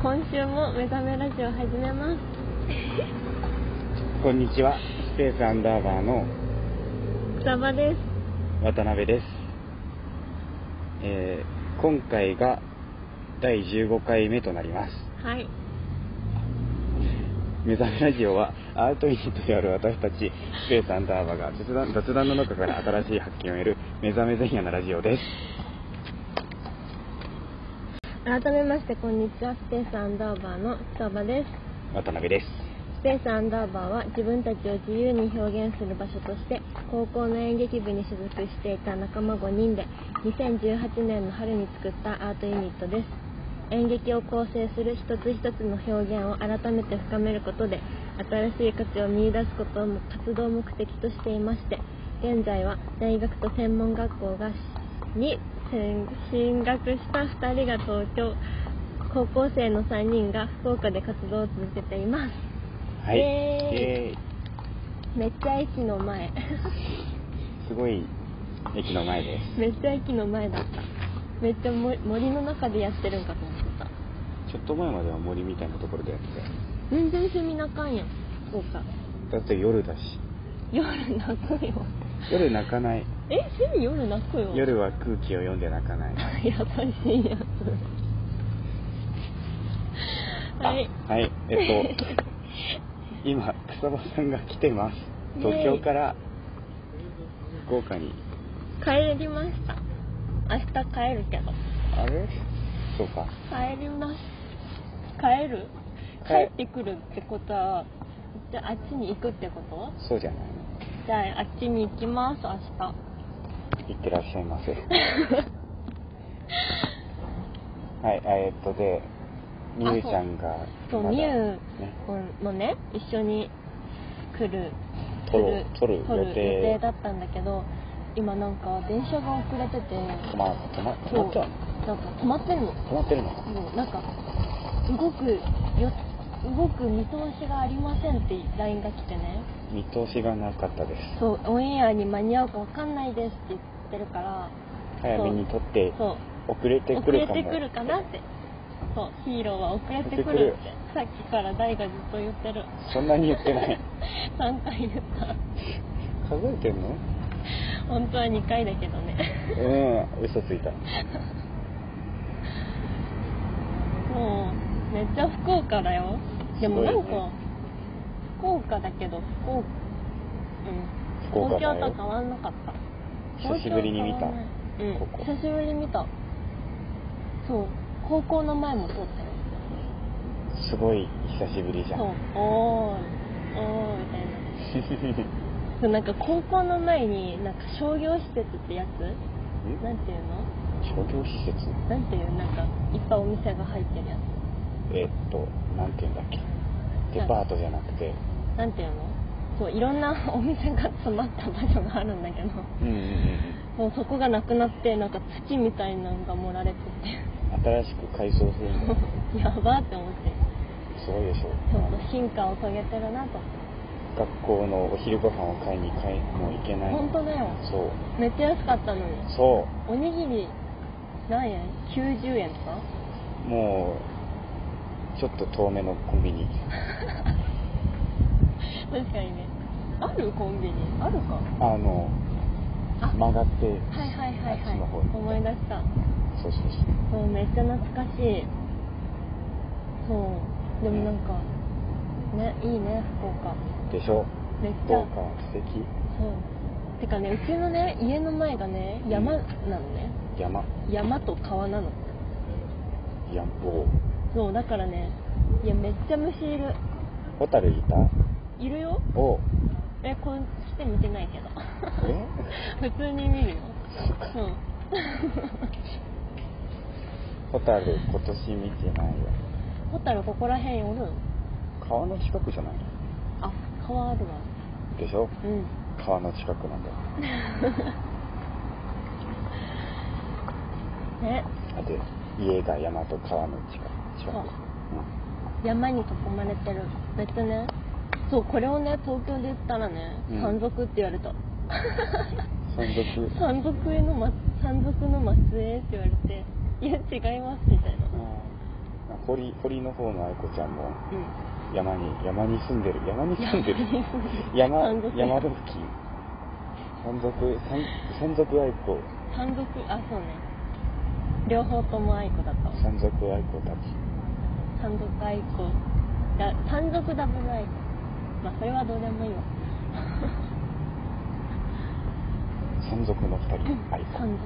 今週も目覚めラジオ始めますこんにちは、スペースアンダーバーの草場です。 渡辺です。今回が第15回目となります。 はい。 目覚めラジオはアートユニットである私たちスペースアンダーバーが雑談の中から新しい発見を得る目覚め前夜のラジオです。 改めましてこんにちは、スペースアンダーバーの草場です。 渡辺です。 スペースアンダーバーは自分たちを自由に表現する場所として高校の演劇部に所属していた仲間5人で2018年の春に作ったアートユニットです。演劇を構成する一つ一つの表現を改めて深めることで新しい価値を見出すことも活動目的としていまして、現在は大学と専門学校に進学した2人が東京、高校生の3人が福岡で活動を続けています。 はい。 めっちゃ駅の前すごい駅の前です。 めっちゃ駅の前だった。めっちゃ森の中でやってるんかと思ってた。 ちょっと前までは森みたいなところでやってたよ。 全然セミ鳴かんやん。そうか。 だって夜だし。 夜鳴くよ。 夜鳴かない。 セミ夜鳴くよ。 夜は空気を読んで鳴かない。 優しいやつ。はい。 はい。今草場さんが来てます。東京から福岡に帰りました。明日帰るけど。 あれ？そうか。 帰ります。帰ってくるってことは、じゃああっちに行くってこと？ そうじゃないの。 じゃああっちに行きます。明日。 行ってらっしゃいませ。はい。でみゆちゃんがそうみゆもね一緒に撮る予定だったんだけど、今なんか電車が遅れてて止まっちゃうの？ なんか止まってるの。もうなんか動く見通しがありませんって LINE が来てね。 見通しがなかったです。 そう、オンエアに間に合うか分かんないですって言ってるから、 早めに撮って遅れてくるかなって。 そう、ヒーローは遅れてくるってさっきから大がずっと言ってる。 そんなに言ってない。 3回言った。 数えてんの？ 本当は2回だけどね。 嘘ついた。 もうめっちゃ福岡だよ。でもなんか、ね、福岡だけど東京と変わんなかった。 久しぶりに見た。 ここ久しぶりに見た。そう、高校の前も通ったよ。 すごい久しぶりじゃん。 そう、おーみたいな。そう、なんか高校の前になんか商業施設ってやつ？なんていうの？ 商業施設？ なんていう、なんかいっぱいお店が入ってるやつ。 なんていうんだっけ？デパートじゃなくて。なんていうの？ そう、いろんなお店が詰まった場所があるんだけど。もうそこがなくなってなんか土みたいなのが盛られてて。 新しく改装するんだ。 やばって思って。 すごいでしょ。 ちょっと進化を遂げてるなと。 学校のお昼ご飯を買いにもう行けない。 本当だよ。 そう。 めっちゃ安かったのに。 そう。 おにぎり何円？90円とか？もうちょっと遠めのコンビニ。 確かにね。あるコンビニあるか。 曲がってはいあっちの方に思い出した。そうめっちゃ懐かしい。そうでもなんかね、いいね福岡でしょ。 めっちゃ福岡素敵。 そうてかね、うちのね家の前がね山なのね。山と川なの。そうだからね、いやめっちゃ虫いる。 ホタルいるよ。 こっちで見てないけど。普通に見るよ。 ホタル今年見てないよ。 ホタルここら辺おる？ 川の近くじゃない？ あ、川あるわ。 でしょ？川の近くなんだよ。ね。で家が山と川の近く。 山に囲まれてる。めっちゃね。そう、これをね東京で言ったらね、山賊って言われた。山賊の末裔って言われて、いや違いますみたいな。 堀の方の愛子ちゃんもうん山に住んでる山土付近山賊愛子山賊、あ、そうね、両方とも愛子だったわ。 山賊愛子たち山賊愛子山賊ダブル愛子、まあそれはどうでもいいわ。 山賊の2人愛子、 山賊の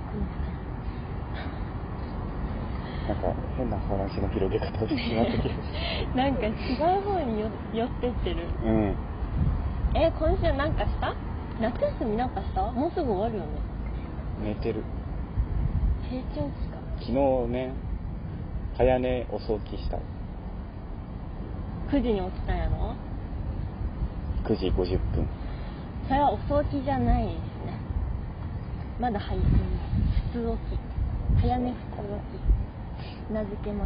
なんか変な話の広げ方をしてしまったけどなんか違う方に寄ってってる。 うん今週なんかした？夏休みなんかした？もうすぐ終わるよね。 寝てる。 成長期か。 昨日ね、早寝遅起きした。 9時に起きたんやろ。 9時50分。 それは遅起きじゃないですね。まだ配信、普通起き、早寝普通起き、名付けます。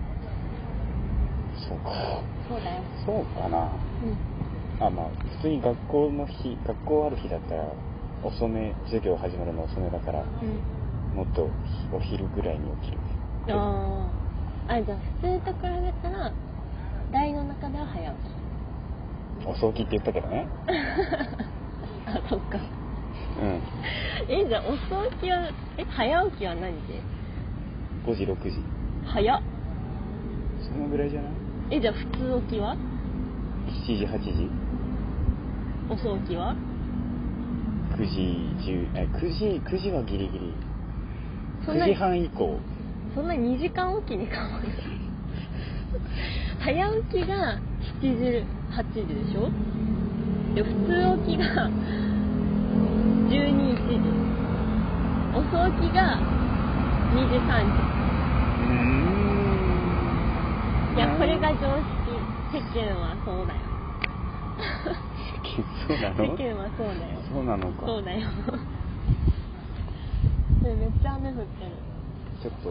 そうか。 そうだよ。 そうかな。 うん。 あ、まあ普通に学校ある日だったら遅め、授業始まるの遅めだから、 うん、 もっとお昼ぐらいに起きる。 じゃあ普通と比べたら大の中では早起き。 遅起きって言ったけどね。 あ、そっか。 うん。 じゃあ遅起きは早起きは何で 5時6時。 早っ。 そのぐらいじゃない？ じゃあ普通起きは 7時8時。 遅起きは 9時はギリギリ。9 そんな時半以降。 そんな2時間おきに変わる。早起きが7時8時でしょ。で普通起きが12、1時、遅起きが2時3時。いや、これが常識。世間はそうだよ。 そうなの？ 世間はそうだよ。 そうなのか。 そうだよ。めっちゃ雨降ってる。 ちょっと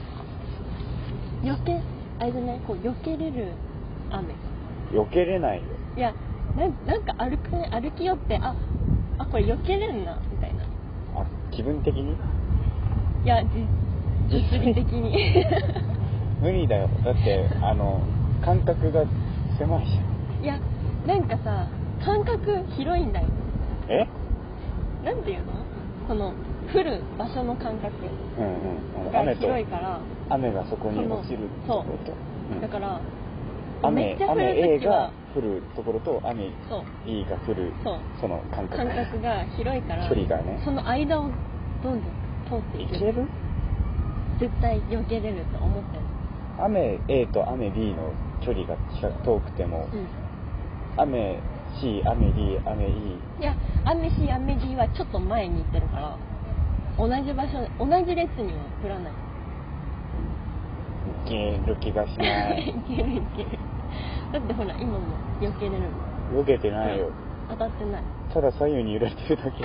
あれじゃない？こう避けれる雨。 避けれないよ。 いや、なんか歩き寄ってこれ避けれんなみたいな。 あ、気分的に？ いや、物理的に。 無理だよ。だって感覚が狭いじゃん。 いや、なんかさ、感覚広いんだよ。なんていうの？この降る場所の感覚が広いから、 雨がそこに落ちるところと、 だから雨 A が降るところと雨 E が降るその感覚が広いから、 距離がね、 その間をどんどん通っていける。絶対避けれると思ってる。 雨 A と雨 B の距離が遠くても、雨 C、雨 D、雨 E。 いや、雨 C、雨 D はちょっと前に行ってるから、同じ場所、同じ列には降らない。 いける気がしない。 いける。だってほら、今も避けれるもん。 避けてないよ。 当たってない。 ただ左右に揺れてるだけ。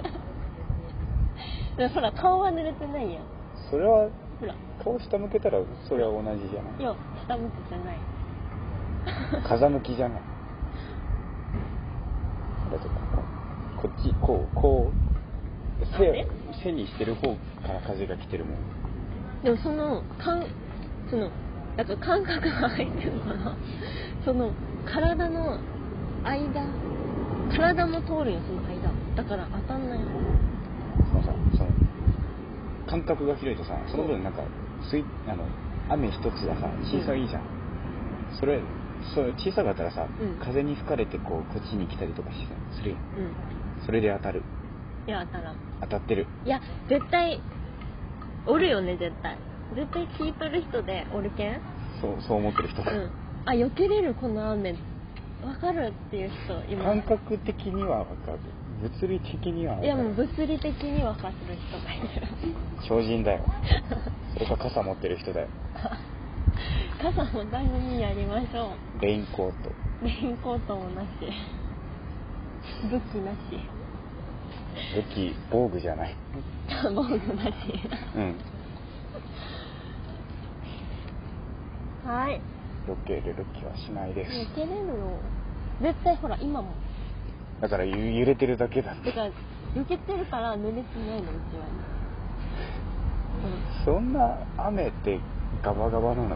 でほら、顔は濡れてないやん。 それは、 ほら。 顔下向けたらそれは同じじゃない。 いや、下向けてない。 風向きじゃない。だってこっちこう背にしてる方から風が来てるもん。 でもだから感覚が入ってるのかな。その体の間、体も通るよ、その間。だから当たんない。 その感覚が広いとさ、その分なんか雨一つがさ小さいじゃん。それ小さかったらさ、風に吹かれてこっちに来たりとかするよ。それで当たる。 いや、当たらん。 当たってる。いや、絶対おるよね。絶対聞いとる人でおるけん。 そう思ってる人だ。 避けれるこの雨わかるっていう人今。 感覚的にはわかる。物理的にはわかる。 いや、もう物理的にわかる人がいる。 超人だよ。それか傘持ってる人だよ。 傘も大事にやりましょう。 レインコートもなし、武器なし。 武器防具じゃない。 防具なし。はい。 避けれる気はしないです。 避けれるよ。絶対ほら今も。 だから揺れてるだけだって。 だから避けてるから濡れてないのうちは。 そんな雨ってガバガバなの。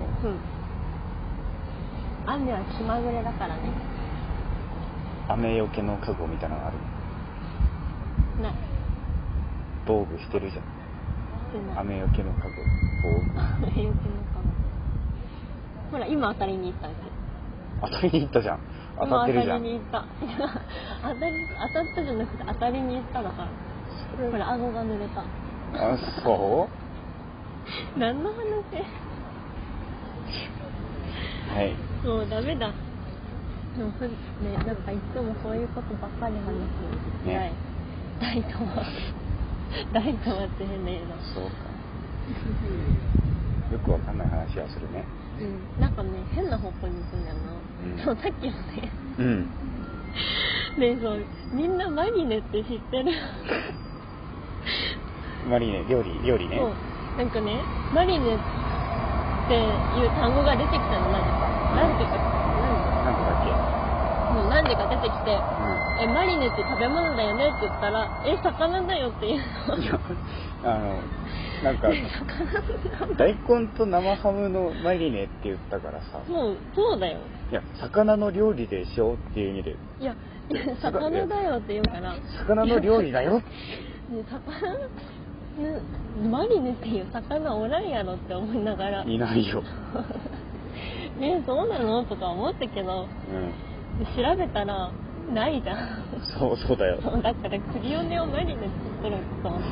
雨は気まぐれだからね。 雨よけの家具みたいなのある？ ない。 防具してるじゃん。雨よけの家具。 雨よけの家具。ほら今当たりに行ったんですよ。 当たりに行ったじゃん。当たってるじゃん。 当たりに行った。当たったじゃなくて当たりに行っただから。ほら顎が濡れた。 あ、そう？ 何の話？ はい。 もうダメだ。でもね、なんかいつもそういうことばっかり話すね。大とは大とはって変だけど。 そうか。よくわかんない話はするね。 なんかね変な方向に行くんだよな。そうさっきもね。ね、そうみんなマリネって知ってる？ マリネ料理ね。 そうなんかねマリネっていう単語が出てきたのなんでかもうなんでか出てきて、マリネって食べ物だよねって言ったら魚だよっていうの。いやなんか大根と生ハムのマリネって言ったからさ。 そうだよ。 いや魚の料理でしょっていう意味で。 いや魚だよって言うから魚の料理だよ。 マリネっていう魚おらんやろって思いながら。 いないよ。 そうなのとか思ったけど、調べたらないじゃん。 そうだよ。 だからクリオネをマリネ作ると思った。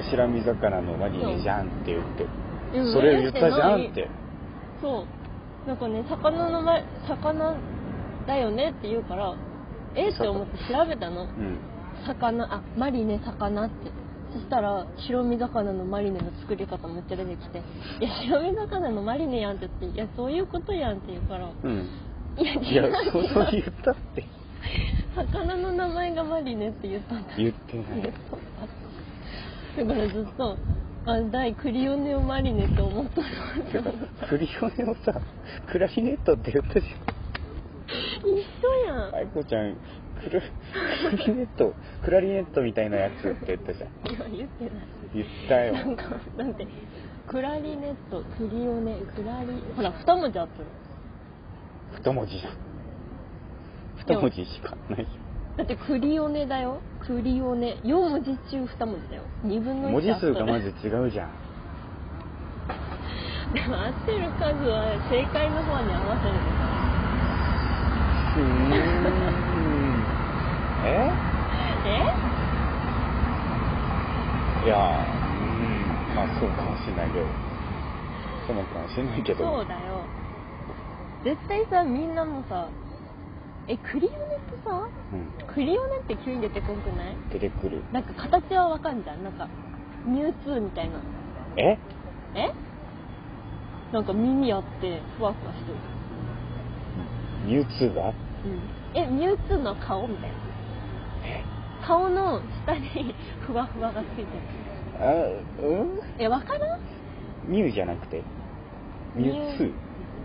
白身魚のマリネじゃんって言って、それ言ったじゃんって。 そうなんかね魚だよねって言うからって思って調べたの。マリネ魚って。そしたら白身魚のマリネの作り方めっちゃ出てきて、いや白身魚のマリネやんって言って、いやそういうことやんって言うから、いやそう言ったって。 魚の名前がマリネって言ったんだ。 言ってない。 だからずっとクリオネをマリネって思ったの。 クリオネをさクラリネットって言ったじゃん。 一緒やん。 愛子ちゃんクラリネットみたいなやつって言ったじゃん。 いや言ってない。 言ったよ。 なんてクラリネットクリオネほら2文字あったの。 2文字じゃん。2文字しかないよ。 だってクリオネだよ。クリオネ4文字中2文字だよ。2分の1。 文字数がまず違うじゃん。 でも合ってる数は正解の方に合わせるのかな。いやまあそうかもしれないけど。そうかもしれないけど。 そうだよ。絶対さみんなもさクリオネってさ、クリオネって急に出てこんくない？ 出てくる。 なんか形はわかんじゃん。なんかミュウツーみたいな。なんか耳あってふわふわしてる。 ミュウツーが？ ミュウツーの顔みたいな。顔の下にふわふわがついてる。わからん？ ミュウじゃなくてミュウツー。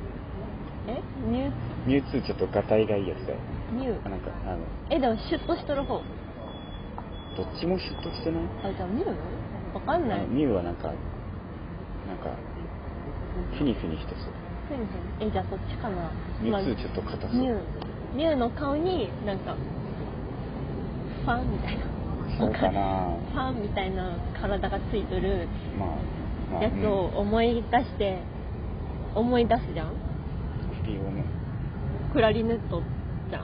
ミュウツーちょっとガタイがいいやつだよ。 ミュウ。 なんかでもシュッとしとる方。 どっちもシュッとしてない？ じゃあミュウ？わかんない。 ミュウはなんかフニフニしてそう。 じゃあそっちかな。 ミュウツーちょっと硬そう。 ミュウの顔になんかファンみたいな。 そうかな。 ファンみたいな体がついてるやつを思い出すじゃん。クラリネットじゃん。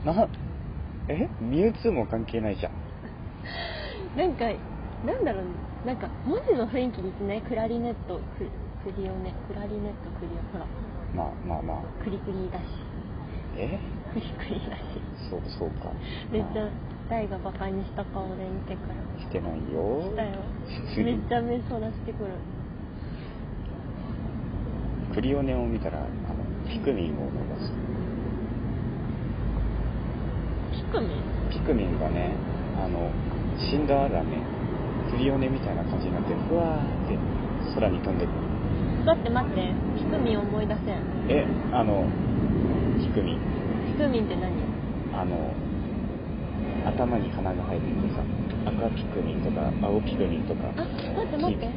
ミュウツーも関係ないじゃん。 なんだろうね。なんか文字の雰囲気にしない？クラリネットクリオネクラリネットクリオほら。 まあ。 クリクリだし。クリクリだし。 そうか。 めっちゃ誰がバカにした顔で見てから。 してないよ。 したよ。めっちゃ目そらしてくる。 クリオネを見たらピクミンを思い出す。ピクミンがね死んだらねクリオネみたいな感じになってふわーって空に飛んでくる。 待ってピクミン思い出せん。 ピクミンって何？ 頭に花が生えててさ赤ピクミンとか青ピクミンとか待って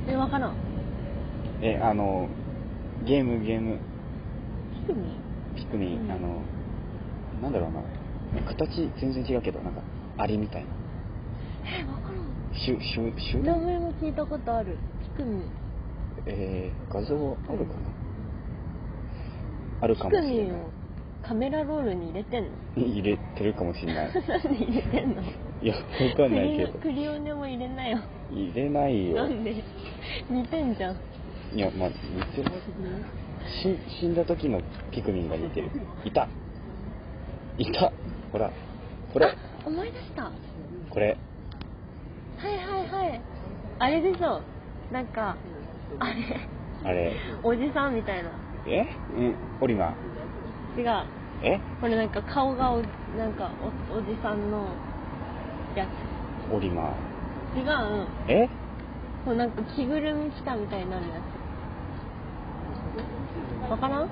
わからん。 ゲームピクミンピクミン、なんだろうな、形全然違うけど、なんかアリみたいな。 わからん。 名前も聞いたことある。ピクミン。 画像あるかな、あるかもしれない。 ピクミンをカメラロールに入れてんの？ 入れてるかもしれない。 なんで入れてんの？ いや、わかんないけど。 クリオネも入れなよ。 入れないよ。 なんで？似てんじゃん。 いや、まあ、似てる。死んだ時のピクミンが似てる。いた。ほら、これ。 思い出した。 これ。 はいはいはい。あれでしょ。なんか、あれ。おじさんみたいな。 オリマー。違う。これなんか顔がなんかおじさんのやつ。 オリマー。違う。こうなんか着ぐるみ着たみたいになるやつ。わからん？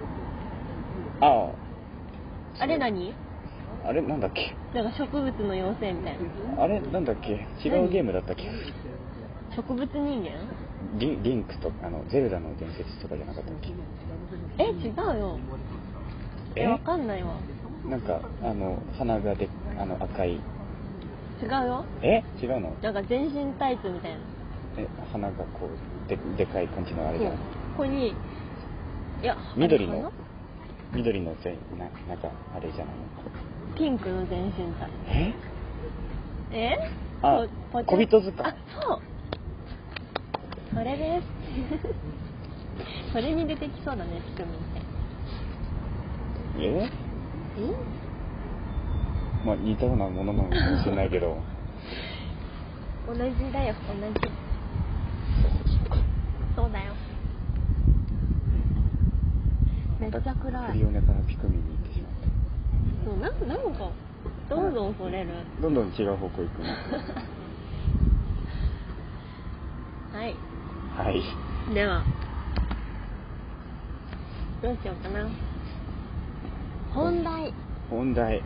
あれ何？ あれなんだっけ？ なんか植物の妖精みたいな。 あれなんだっけ？違うゲームだったっけ？ 植物人間？ リンクとゼルダの伝説とかじゃなかったっけ？ 違うよ。わかんないわ。 なんか鼻が赤い。 違うよ。 違うの？ なんか全身タイツみたいな。 鼻がこうでかい感じのあれじゃない？ ここに緑のなんかあれじゃないの？ ピンクの全身タイツ。 小人塚。 そうそれですそれに出てきそうだね、ピクミンって。 まあ似たようなものなのかもしれないけど同じだよ、同じ。そうだよ。めっちゃ暗い。 クリオネからピクミンに行ってしまった。 そう、なんかどんどんそれる。 どんどん違う方向行くなはいはい。 ではどうしようかな。本題お題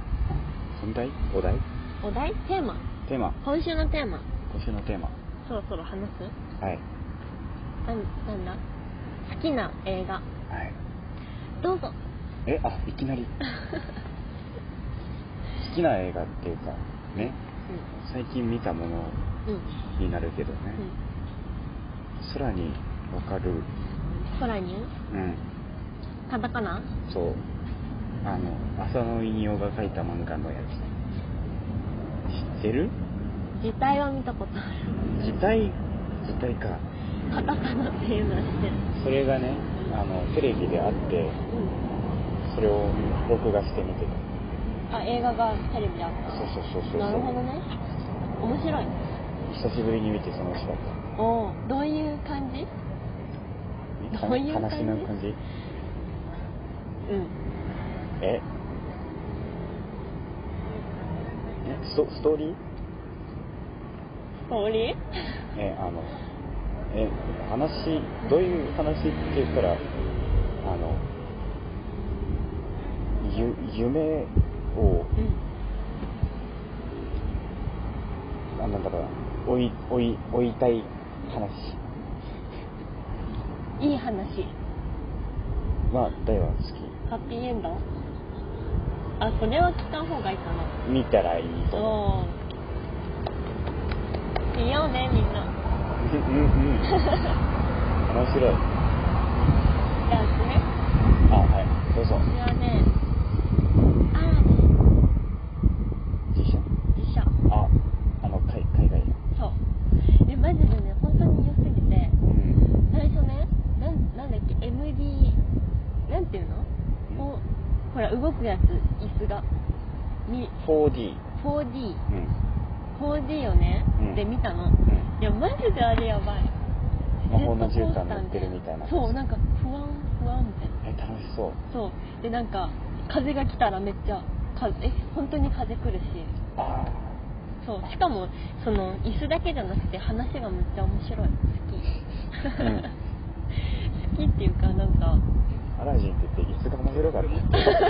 テーマ今週のテーマそろそろ話す？ はい。 なんだ？好きな映画。 はい。 どうぞ。 いきなり好きな映画っていうかね、最近見たものになるけどね、空にわかる？ 空に？カタカナ？ そう、浅野いにおが描いた漫画のやつ知ってる？ 字体は見たことある。 字体か。 カタカナっていうのは知ってる。 それがね、テレビであって、それを録画して見てた。 映画がテレビであった。 そうなるほどね。面白い。 久しぶりに見て楽しかった。 どういう感じ？ 話の感じ？ストーリー？話、どういう話って言ったら、夢を、なんだろうな、追いたい話。 いい話。 まあ、大は好き。 ハッピーエンド？それは聞かん方がいいかな。 見たらいいと思う。 見ようね、みんな。 面白い。 じゃあ、ね。 はい、どうぞ。 私はね、アラジン。 実写。海外。 そう。マジでね、本当に良すぎて、最初ね、なんだっけ、MD、なんていうの？ほら、動くやつ、椅子が。 4D。 4D をね、で見たの。いや、マジであれやばい。 魔法の絨毯乗ってるみたいな。 そう、なんか不安みたいな。 楽しそう。 そう。で、なんか風が来たらめっちゃ本当に風来るし。そう。しかもその椅子だけじゃなくて話がめっちゃ面白い。好きっていうか、なんかアラジンって言って椅子が面白かった。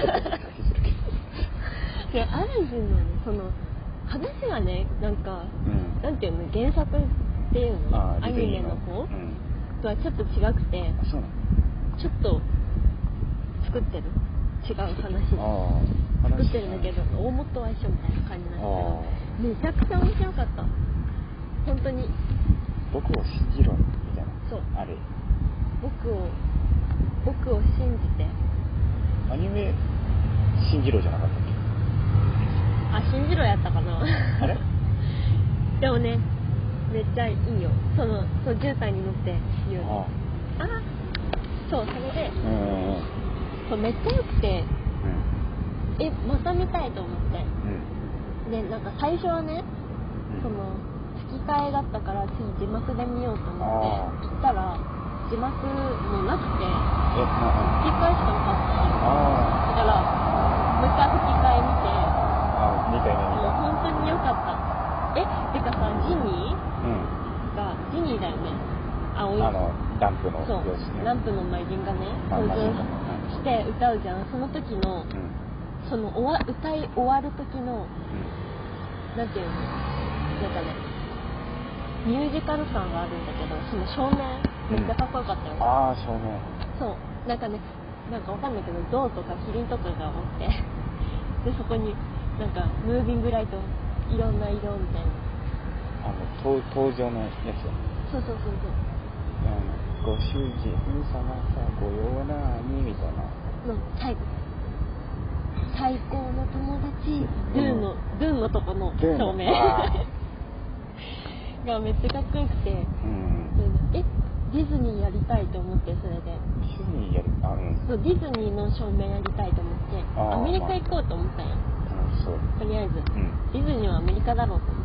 で、アラジンのね、その話がね、なんか、なんていうの、原作っていうの、アニメの方、とはちょっと違くて、 そうなの？ ちょっと作ってる違う話作ってるんだけど、大元は一緒みたいな感じなんだけど、めちゃくちゃ面白かった。本当に僕を信じろみたいな。 そう、 あれ僕を信じて。 アニメ信じろじゃなかったっけ？ あ、信じろやったかな。 あれでもね、めっちゃいいよ。そう絨毯に乗って言うの。そう、それで、そうめっちゃ良くて、また見たいと思って、でなんか最初はね、その吹き替えだったから次字幕で見ようと思って行ったら字幕もなくて、吹き替えしかなかった。だからもう一回吹き替え見て、 2回目見た。 もう本当に良かった。てかさ、ジニーだよね。青いランプのそう、ランプの魔人がね登場して歌うじゃん。その時の、その歌い終わる時の、なんていうの、なんかね、ミュージカル感があるんだけど、その照明めっちゃかっこよかったよ。 照明。そう、 なんかね、なんかわかんないけど銅とかキリンとかがおってでそこになんかムービングライトいろんな色みたいな登場のやつ。 そうご主人様さご用なにみたいなの最高の友達ドゥンのとこの照明がめっちゃかっこよくて、ディズニーやりたいと思って、それでディズニーやる、そうディズニーの照明やりたいと思ってアメリカ行こうと思ったんや。とりあえず、ディズニーはアメリカだろうと思って。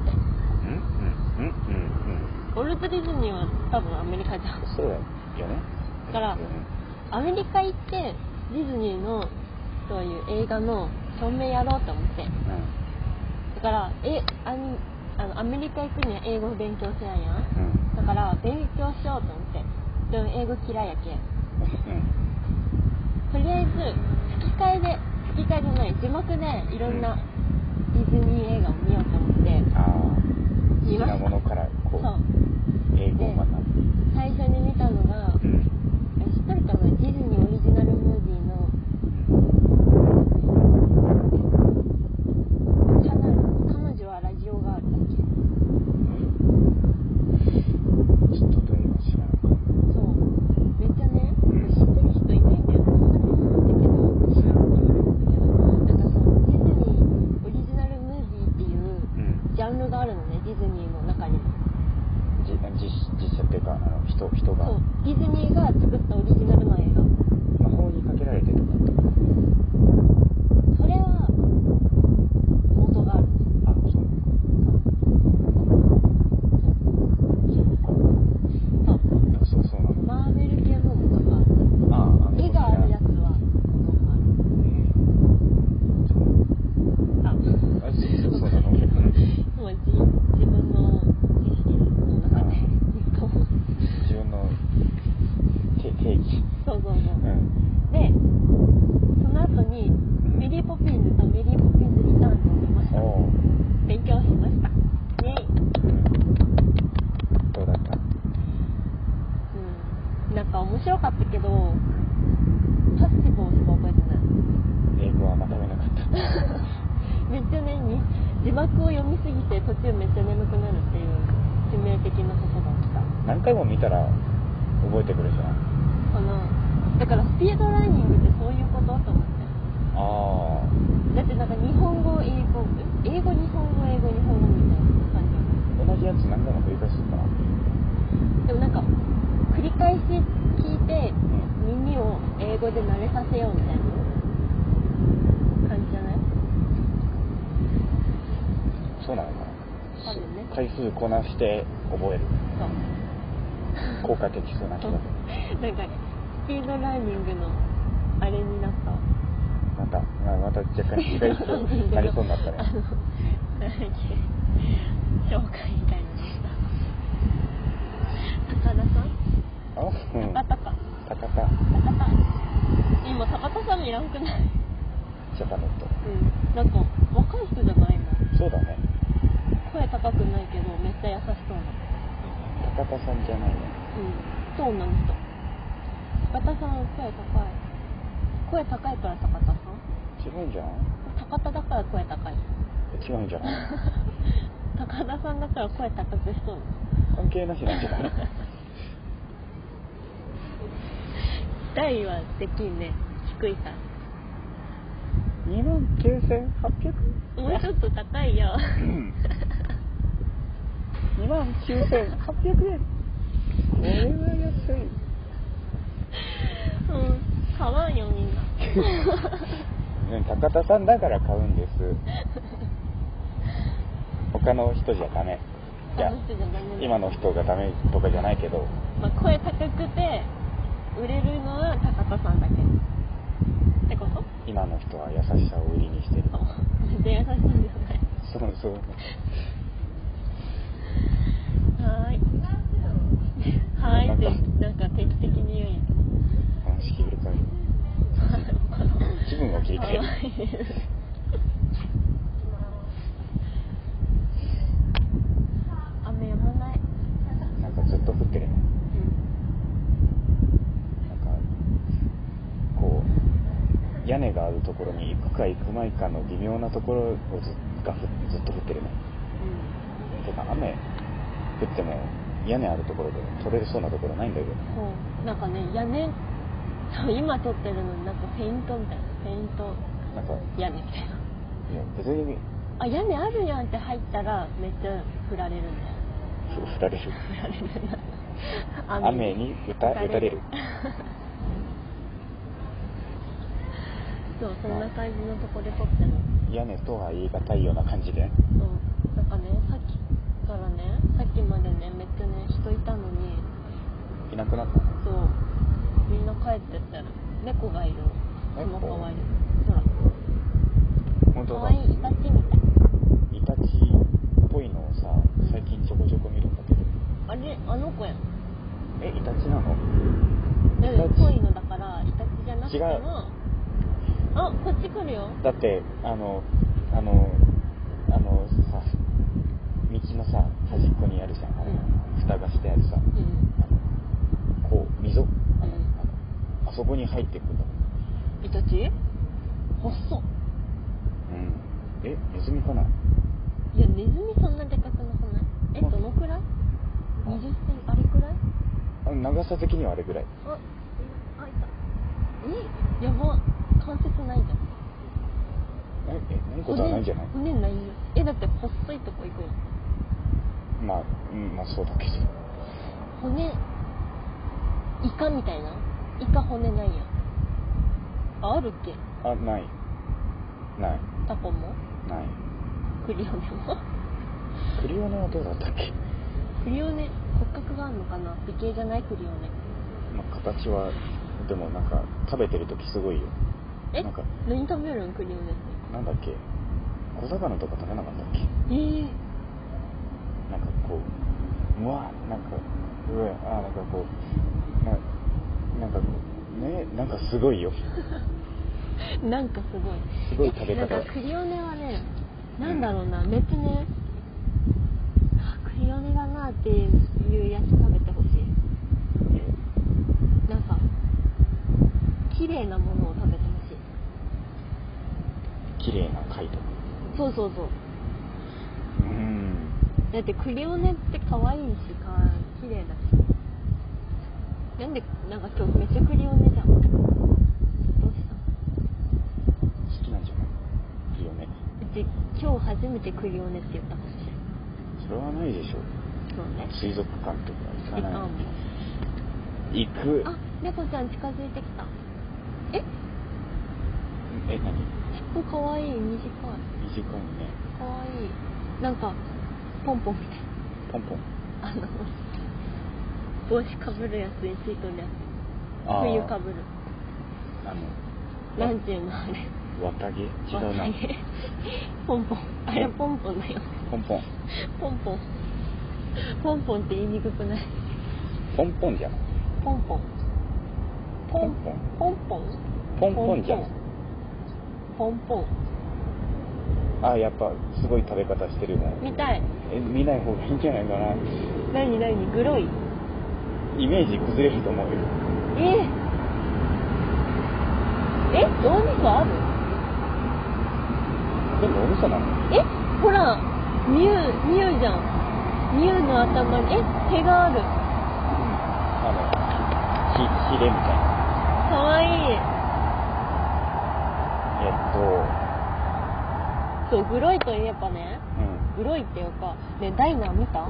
ウォルト・ディズニーは多分アメリカじゃん。 そうだよね。 だからアメリカ行ってディズニーのそういう映画の照明やろうと思って、だからアメリカ行くには英語を勉強せやんや、だから勉強しようと思って。でも英語嫌いやけん、とりあえず吹き替えじゃない字幕でいろんなディズニー映画を見ようと思って見ました。好きなものからこう英語を学ぶ。最初に見たのが、知ってるかな、ディズニーオリジナルムービーの彼女はラジオガールだっけ。ちょっとどれか知らないかも。そうめっちゃね、知ってる人いないんだよ。知らんって言われるんだけど、なんかそうディズニーオリジナルムービーっていうジャンルがあるのね、ディズニーの中にも。実写っていうか人がそうディズニーが作ったオリジナルの映画。魔法にかけられてとかそれは元があるね。そうなの。マーベル系の元がある。絵があるやつは元がある。そうなの。もう自分の知識の中で自分の定義。そう、でその後にメリーポピンズとメリーポピンズリターンズを見ました。勉強しました。イエイ。どうだった？なんか面白かったけどパッシブをしか覚えてない。英語はまとめなかっためっちゃね、字幕を読みすぎて途中めっちゃ眠くなるっていう致命的なことが起きた。何回も見たら覚えてくるじゃん。だからスピードラーニングってそういうことと思って。だってなんか日本語英語日本語英語日本語みたいな感じ。同じやつ何回も繰り返すかな。でもなんか繰り返し聞いて、耳を英語で慣れさせようみたいな感じじゃない？そうなのかな。多分ね。回数こなして覚える。そう。効果的そうな気がする。なんかスピードラーニングのあれになった。また若干違いそうなりそうになったね。紹介みたいなのした。高田さん？高田。今高田さんいらんくない？ジャパネット。なんか若い人じゃないもん。そうだね。声高くないけどめっちゃ優しそうな。 高田さんじゃないね。 そう女の人。高田さんは声高い。声高いから高田さん？ 違うんじゃない？ 高田だから声高い。 違うんじゃない？ 高田さんだから声高くしそう。 関係なしなんじゃない？ 大はできんね。低いから。 29,800？ もうちょっと高いよ。 29,800円。これは安い。 買わんよみんな。 高田さんだから買うんです。他の人じゃダメ。いや、今の人がダメとかじゃないけど、 まあ、声高くて売れるのは高田さんだけってこと？ 今の人は優しさを売りにしてる。 全然優しいんですね。 そうそう。 はーいってなんか定期的に言うんやけど、 話切り替える。気分を切り替える。 雨やまない。 なんかずっと降ってるね。なんかこう屋根があるところに行くか行くまいかの微妙なところをずっと降ってるね。てか雨降っても屋根あるところで撮れるそうなところないんだけど。 なんかね、屋根今撮ってるのになんかフェイントみたいな、フェイントなんか屋根みたいな。いや別に屋根あるやんって入ったらめっちゃ降られるんだよ。 降られる。雨に打たれる。 そう、そんな感じのとこで撮ってるの。 屋根とは言い難いような感じで。 なんかね、さっきまでね、めっちゃね、人いたのにいなくなった。 そう、みんな帰ってってる。猫がいるの。そのかわいい。ほら。 本当だ。 かわいいイタチみたい。 イタチっぽいのをさ、最近ちょこちょこ見るんだけど。 あれ、あの子やん。 イタチなの？ っぽいのだからイタチじゃなくても。 違う。 あ、こっち来るよ。 だってさ、道のさ端っこにあるじゃん、蓋がしてあるさ、こう溝、あそこに入ってくんだもん。 イタチ？細っ。 ネズミかな？ いや、ネズミそんなでかくなくない？どのくらい？20センチ、あれくらい？ 長さ的にはあれぐらい。 いた。やば、関節ないじゃん。 ないことはないんじゃない？ 骨ないよ。だって細いとこ行くよ。 まあそうだけど。 骨、イカみたいな？イカ骨ないやん。あるっけ？ ない。 タコも？ない。クリオネも？ クリオネはどうだったっけ？ クリオネ、骨格があるのかな？美形じゃないクリオネ。 形はでもなんか食べてるときすごいよ。なんか何食べるんクリオネって？ なんだっけ？小魚とか食べなかったっけ？なんかこう、なんかこう、なんかすごいよ。 なんかすごい食べ方。 なんかクリオネはね、なんだろうな、めっちゃね、クリオネだなっていうやつ食べてほしい。なんか綺麗なものを食べてほしい。 綺麗な貝とか。 そう。だってクリオネって可愛いし綺麗だし。なんでなんか今日めっちゃクリオネじゃん。どうした？ 好きなんじゃない？クリオネ。 今日初めてクリオネって言ったかもしれない。 それはないでしょ。 そうね。 水族館とか行かない？行く。 猫ちゃん近づいてきた。 何？ 尻尾かわいい。短いね。かわいい。なんかポンポンみたい。 ポンポン。 帽子かぶるやつについとるやつ。冬かぶる。なんていうのあれ。 綿毛？違うな。 ポンポン。あれポンポンだよ。 ポンポン。 ポンポンって言いにくくない？ ポンポンじゃん。 ポンポンじゃん。ポンポン。 あ、やっぱすごい食べ方してるもん。 見たい。 見ない方がいいんじゃないかな。 何グロい？ イメージ崩れると思うよ。 脳みそある？ でもお味噌なの？ ほら、ミュウじゃん。ミュウの頭に毛がある。 ヒレみたいな。 かわいい。そう、グロいといえばね、グロいっていうか、ね、ダイナ見た？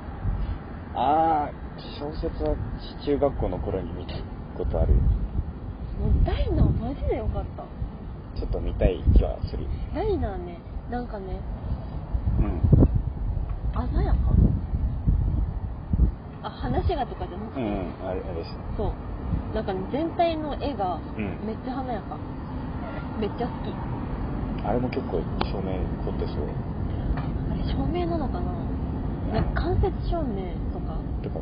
小説は中学校の頃に見たことある。 もうダイナマジでよかった。 ちょっと見たい気はする。 ダイナね、なんかね、鮮やか。話がとかじゃなくて、 あれです。 そう、なんかね、全体の絵がめっちゃ華やか。めっちゃ好き。 あれも結構照明凝ってそう。 あれ照明なのかな？なんか間接照明とか。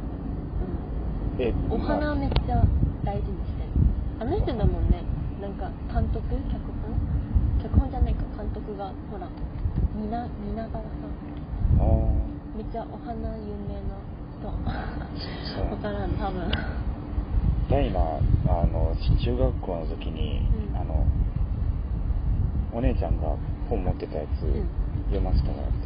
お花めっちゃ大事にしてる。あの人だもんね。なんか監督、脚本じゃないか、監督がほら、蜷川さん。めっちゃお花有名な人。わからん、多分。 ダイナ、中学校の時に、お姉ちゃんが本持ってたやつ、読ませてもらって、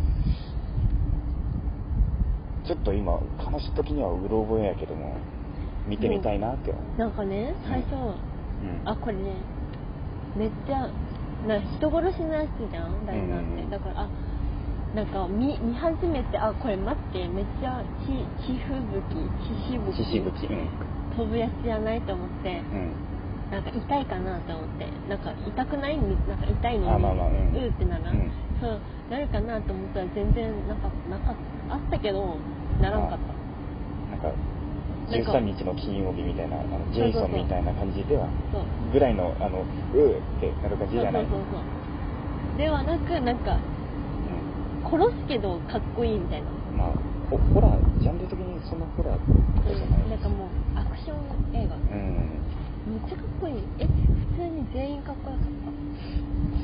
ちょっと今話的にはうろ覚えやけども見てみたいなって。 なんかね、最初、これね、めっちゃ人殺しのやつじゃん、ダイナって。だからなんか見始めて、これ待って、めっちゃ血しぶき飛ぶやつじゃないと思って、なんか痛いかなと思って、なんか痛くない？なんか痛いのにってなら、そうなるかなと思ったら全然なんかあったけどならんかった。 なんか13日の金曜日みたいな、ジェイソンみたいな感じではぐらいのってなる感じじゃない。 ではなく、なんか殺すけどかっこいいみたいな。 ホラー、ジャンル的にそんなホラーじゃない。 なんかもうアクション映画。めっちゃかっこいい。普通に全員かっこよかった。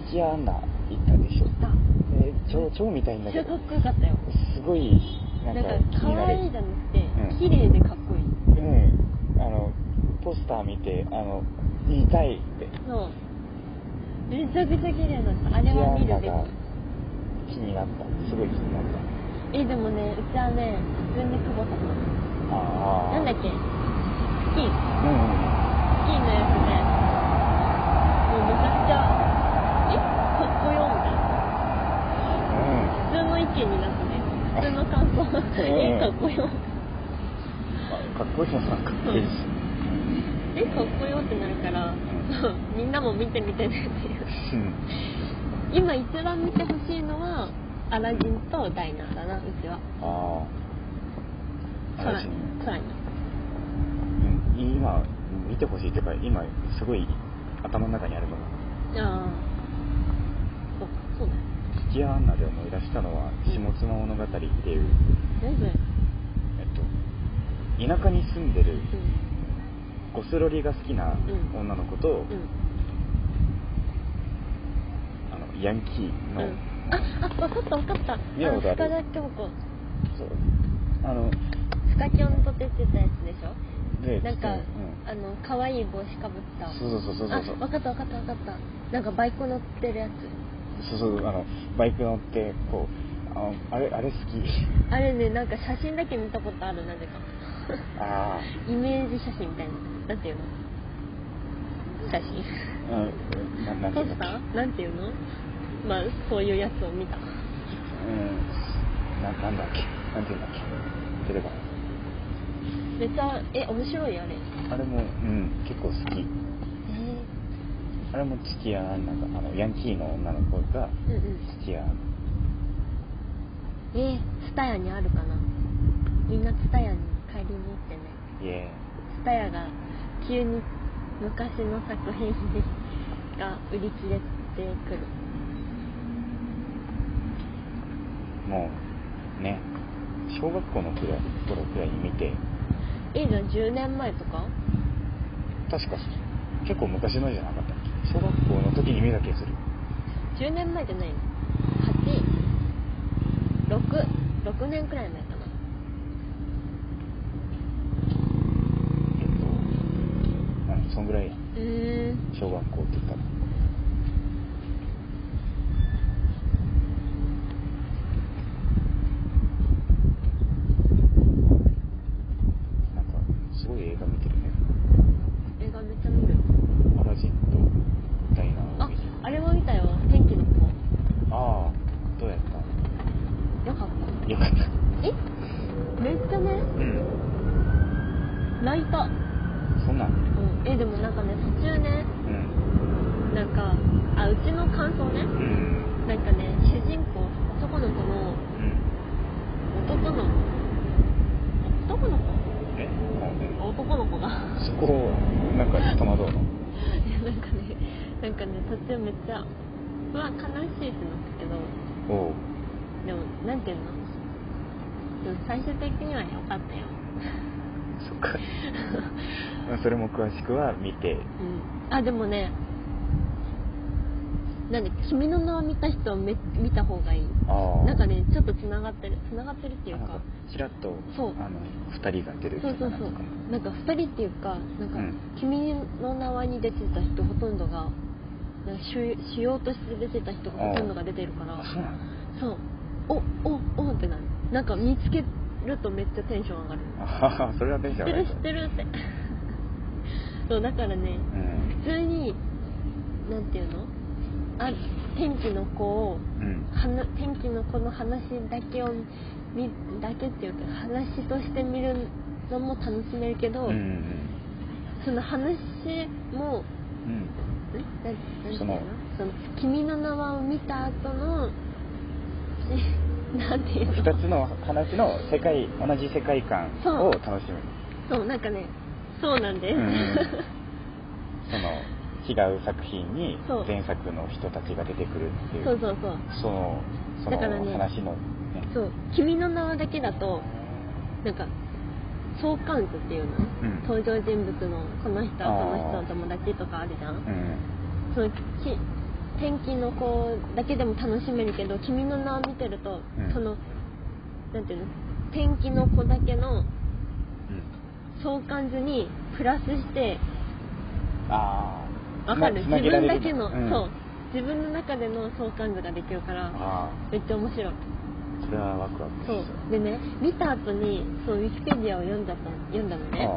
土屋アンナ行ったでしょ。超見たいんだけど。 超かっこよかったよ。 すごいなんか可愛いじゃなくて、綺麗でかっこいい。ポスター見て言いたいって。そう。めちゃくちゃ綺麗だった。あれは見るべき。 気になった。すごい気になった。 でもね、うちはね、普通に久保田さん。なんだっけ？スキー。スキーのやつね。もうめちゃくちゃ、かっこよみたいな。普通の意見になってね。普通の感想。かっこよ。 かっこいいな、かっこいいし。 かっこよってなるから、みんなも見てみてねっていう。今一番見てほしいのは、アラジンとダイナだな、うちは。 アラジン。 空に。 今見てほしいっていうか、今すごい頭の中にあるのが。そうだ。土屋アンナで思い出したのは下妻物語っていう。 何それ？ 田舎に住んでるゴスロリが好きな女の子と、ヤンキーの。 分かった。深田恭子。 そう。 スカキョンと出てたやつでしょ。 で、 なんか、可愛い帽子かぶった。 そう。 分かった。なんかバイク乗ってるやつ。 そう、バイク乗ってこう、あれ好き。 あれね、なんか写真だけ見たことある、なぜか。イメージ写真みたいな。なんていうの？写真。ポスター？なんていうの？そういうやつを見た。 なんだっけ？なんていうんだっけ？出てこない。 めっちゃ面白いあれ。 あれも結構好き。あれも土屋アンナがヤンキーの女の子が土屋アンナ。 ツタヤにあるかな。みんなツタヤに帰りに行ってね。ツタヤが急に昔の作品が売り切れてくる。 もうね、小学校の頃くらいに見て。 じゃあ10年前とか？ 確か結構昔のじゃなかったっけ？小学校の時に見た気がする。 10年前じゃないの？ 6年くらい前かな。 そんぐらい。小学校って言ったら。なんかすごい映画見てるね。 映画めっちゃ見る。 アラジンとダイナーを見てる。 あれも見たよ。天気の子。 ああ、どうやった？ よかった。 よかった。 めっちゃね、泣いた。 そんなん？ でもなんかね、途中ね、なんかうちの感想ね、なんかね、主人公男の子の、男の子がそこをなんか戸惑うの？ なんかね途中めっちゃ悲しいってなったけど、でもなんていうの、最終的には良かったよ。 そっか。それも詳しくは見て。 でもね、君の名を見た人は見た方がいい。なんかね、ちょっとつながってるっていうか、 ちらっと2人が出る。 そうなんか2人っていうか、なんか、君の名はに出てた人ほとんどが主要として出てた人がほとんどが出てるから、そうおってなる。なんか見つけるとめっちゃテンション上がる。 それはテンション上がる。 知ってるってそうだからね、普通になんていうの、天気の子を、天気の子の話だけっていうか話として見るのも楽しめるけど、その話も、その君の名はを見た後のなんていうの、 2つの話の同じ世界観を楽しむ。 そうなんかね、そうなんです。 その違う作品に前作の人たちが出てくるっていう。そのだからね、 話の、 そう君の名はだけだとなんか相関図っていうの、登場人物のこの人はこの人の友達とかあるじゃん。その天気の子だけでも楽しめるけど、君の名を見てると、そのなんていうの、天気の子だけの相関図にプラスしてわかる、自分だけの、そう自分の中での相関図ができるからめっちゃ面白い。 それはワクワクする。 そうでね、見た後にウィキペディアを読んだのね。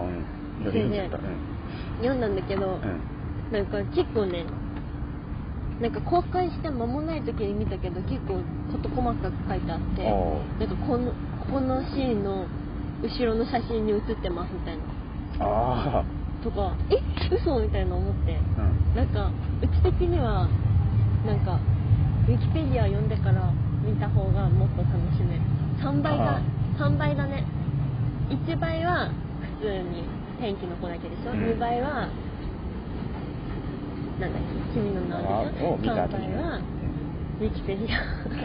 読んだんだけど、なんか結構ね、なんか公開して間もない時に見たけど結構事細かく書いてあって、なんかこのシーンの後ろの写真に写ってますみたいなとか、嘘みたいな思って、なんかうち的にはなんかウィキペディア読んでから見た方がもっと楽しめる。3倍だね。1倍は普通に天気の子だけでしょ、2倍はなんだっけ、君の名はでしょ、3倍はウィキペディア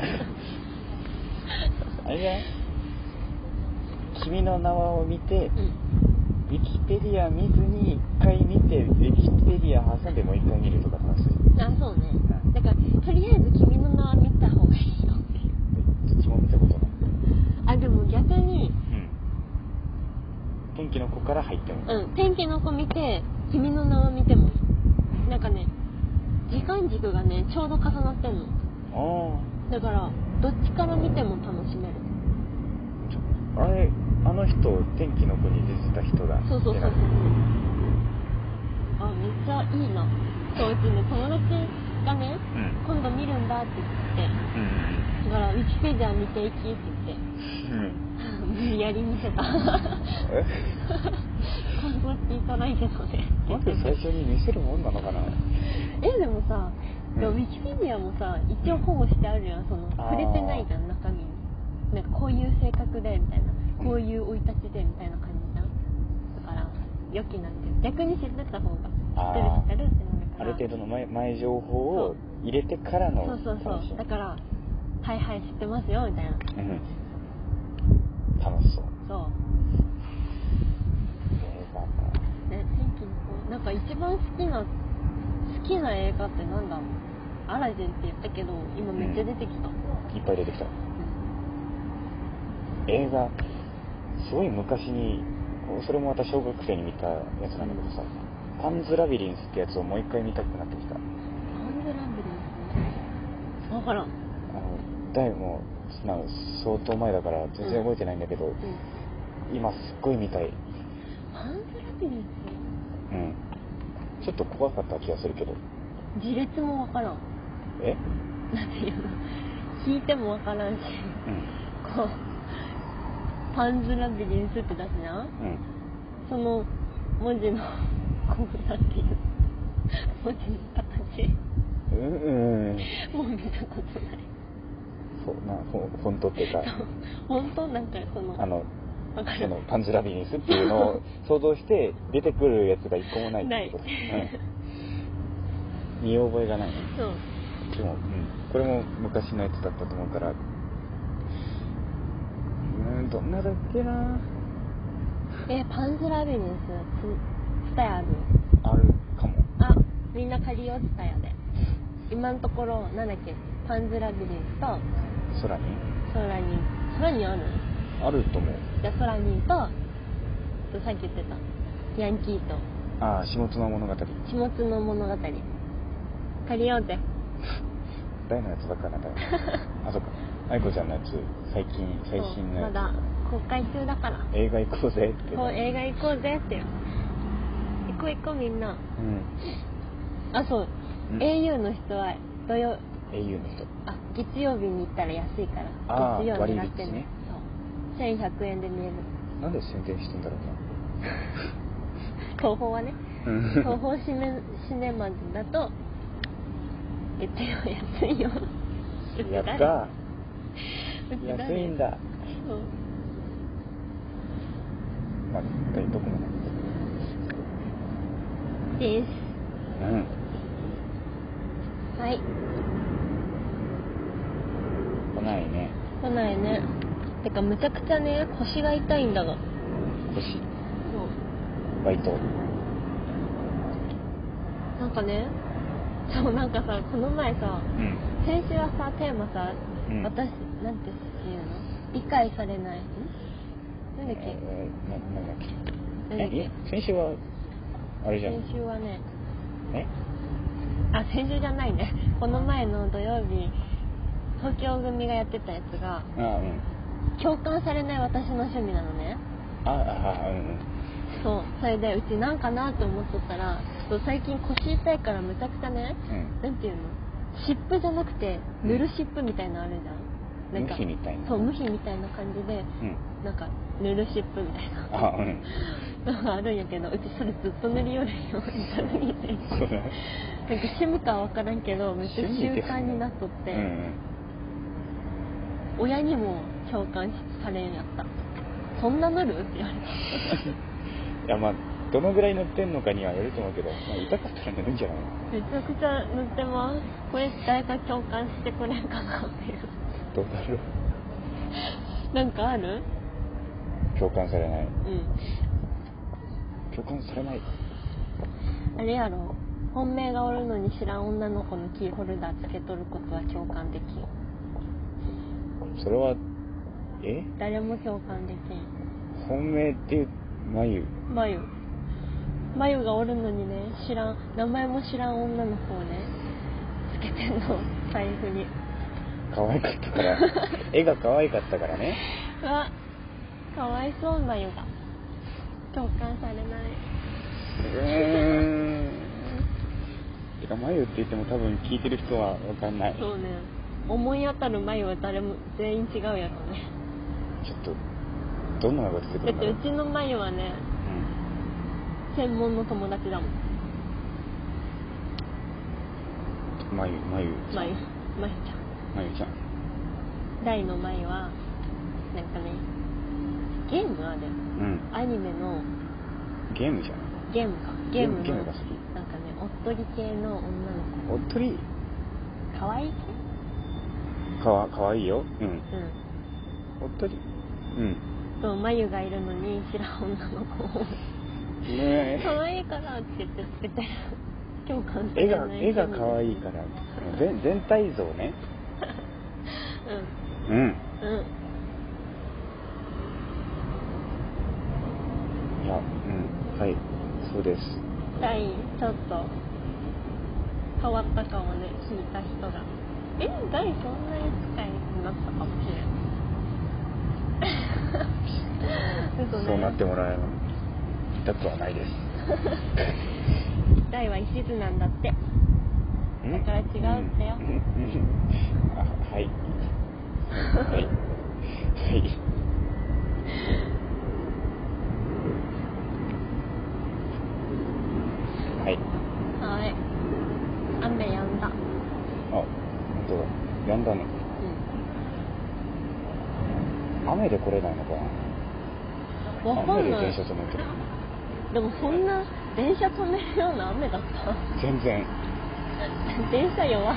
あれね、君の名はを見て、ウィキペディア見ずに1回見て、ウィキペディア挟んでもう1回見るとか楽しい。 そうね。だからとりあえず君の名は見た方がいいよ。 どっちも見たことない。 でも逆に、 天気の子から入ってもいい。 天気の子見て君の名は見てもいい。なんかね、時間軸がねちょうど重なってんの。だからどっちから見ても楽しめる。 あの人天気の子に出てた人だ。 そう。めっちゃいいな。そう、うちね友達がね、今度見るんだって言って、だからウィキペディア見ていきって言って、無理やり見せた。今度っていただいてたね。 まず最初に見せるもんなのかな。 でもさ、ウィキペディアもさ一応保護してあるやん。その触れてないじゃん、中身に。なんかこういう性格でみたいな、こういう生い立ちでみたいな感じじゃん。だから良きなんていう、逆に知ってた方が知ってるってなるから、 ある程度の前情報を入れてからの。 そうだから、はい知ってますよみたいな、 楽しそう。 そうね、天気の子、なんか一番好きな映画ってなんだろう。アラジンって言ったけど今めっちゃ出てきた。 いっぱい出てきた。 映画すごい昔に、それもまた小学生に見たやつなんだけどさ、パンズラビリンスってやつをもう一回見たくなってきた。 パンズラビリンス分からん。 だいぶもう相当前だから全然覚えてないんだけど、今すっごい見たい。 パンズラビリンス、ちょっと怖かった気がするけど。 字列も分からん。なんていうの、聞いても分からんし、こうパンズラビリンスって出すじゃん、その文字のこうなんていう文字の形もう見たことない。 フォントっていうか、 本当なんかそのパンズラビリンスっていうのを想像して出てくるやつが一個もないってこと。見覚えがないね。 そうでも、これも昔のやつだったと思うから、どんなだっけな。 パンズラビリンスツタヤあるかも。 みんな借りようツタヤで。今のところなんだっけ、パンズラビリンスとソラニンある？ あると思う。 じゃあソラニンとさっき言ってたヤンキーと下津の物語借りようぜ。 誰のやつばっかなんだよ。そうか、愛子ちゃんのやつ最新のやつ。 まだ公開中だから。 映画行こうぜって。 映画行こうぜってよ。行こうみんな。そう、au の人はau の人月曜日に行ったら安いから、月曜になってね。そう、1100円で見える。 なんで宣伝してんだろうな。 東宝はね、東宝シネマズだと月曜安いよ。 やったー、安いんだ。 そう、 どこもです。はい。 来ないね。 てかむちゃくちゃね、腰が痛いんだが。 腰？ そう。 バイト。 なんかね、なんかさ、この前さ、先週はさ、テーマさ、私、なんていうの？理解されない。なんだっけ？ 先週は、あれじゃん。 先週はね、先週じゃないね。この前の土曜日、東京組がやってたやつが、共感されない私の趣味なのね。そう、それでうちなんかなと思っとったら、最近腰痛いからむちゃくちゃね、なんていうの、湿布じゃなくて塗る湿布みたいなのあるじゃん。なんか無比みたいな。 そう、無比みたいな感じで、なんか塗る湿布みたいなのがあるんやけど、うちそれずっと塗りよるよ。なんか趣味かは分からんけど、めっちゃ習慣になっとって、親にも共感されんやった。そんな塗るって言われた。 いや、どのぐらい塗ってんのかにはよると思うけど、痛かったら塗るんじゃないの？ めちゃくちゃ塗ってます。これ誰か共感してくれんかなっていう。 どうだろう。 なんかある？ 共感されない。共感されない。 あれやろ。本命がおるのに知らん女の子のキーホルダーつけとることは共感できん。 それは誰も共感できん。 本命っていう眉がおるのにね、名前も知らん女の子をねつけてんの、財布に。 可愛かったから絵が可愛かったからね。 かわいそう、眉が共感されない。 眉って言っても多分聞いてる人は分かんない。 そうね、思い当たる眉は誰も全員違うやつね。 ちょっとどんなのが出てくるんだろう。 だってうちの眉はね、専門の友達だもん。 眉ちゃん。 大の眉はなんかね、ゲームある、アニメのゲームじゃない？ ゲームが好き。なんかね、おっとり系の女の子。 おっとり？ かわいい系？ かわいいよ。おっとり。 そう、眉がいるのに知らん女の子をかわいいからって言ってつけてる。共感されない。 絵がかわいいから。全体像ね。 か、はいそうです。 台ちょっと変わったかもね、聞いた人が台そんなに近いになったかもしれないそうなってもらえたくはないです台は一途なんだって。だから違うってよ。 はいはいはいはいはい。雨やんだ。 あ、本当だ。やんだね。雨で来れないのかな。 わかんない。 雨で電車止めてる。 でもそんな電車止めるような雨だった？ 全然。 電車弱い。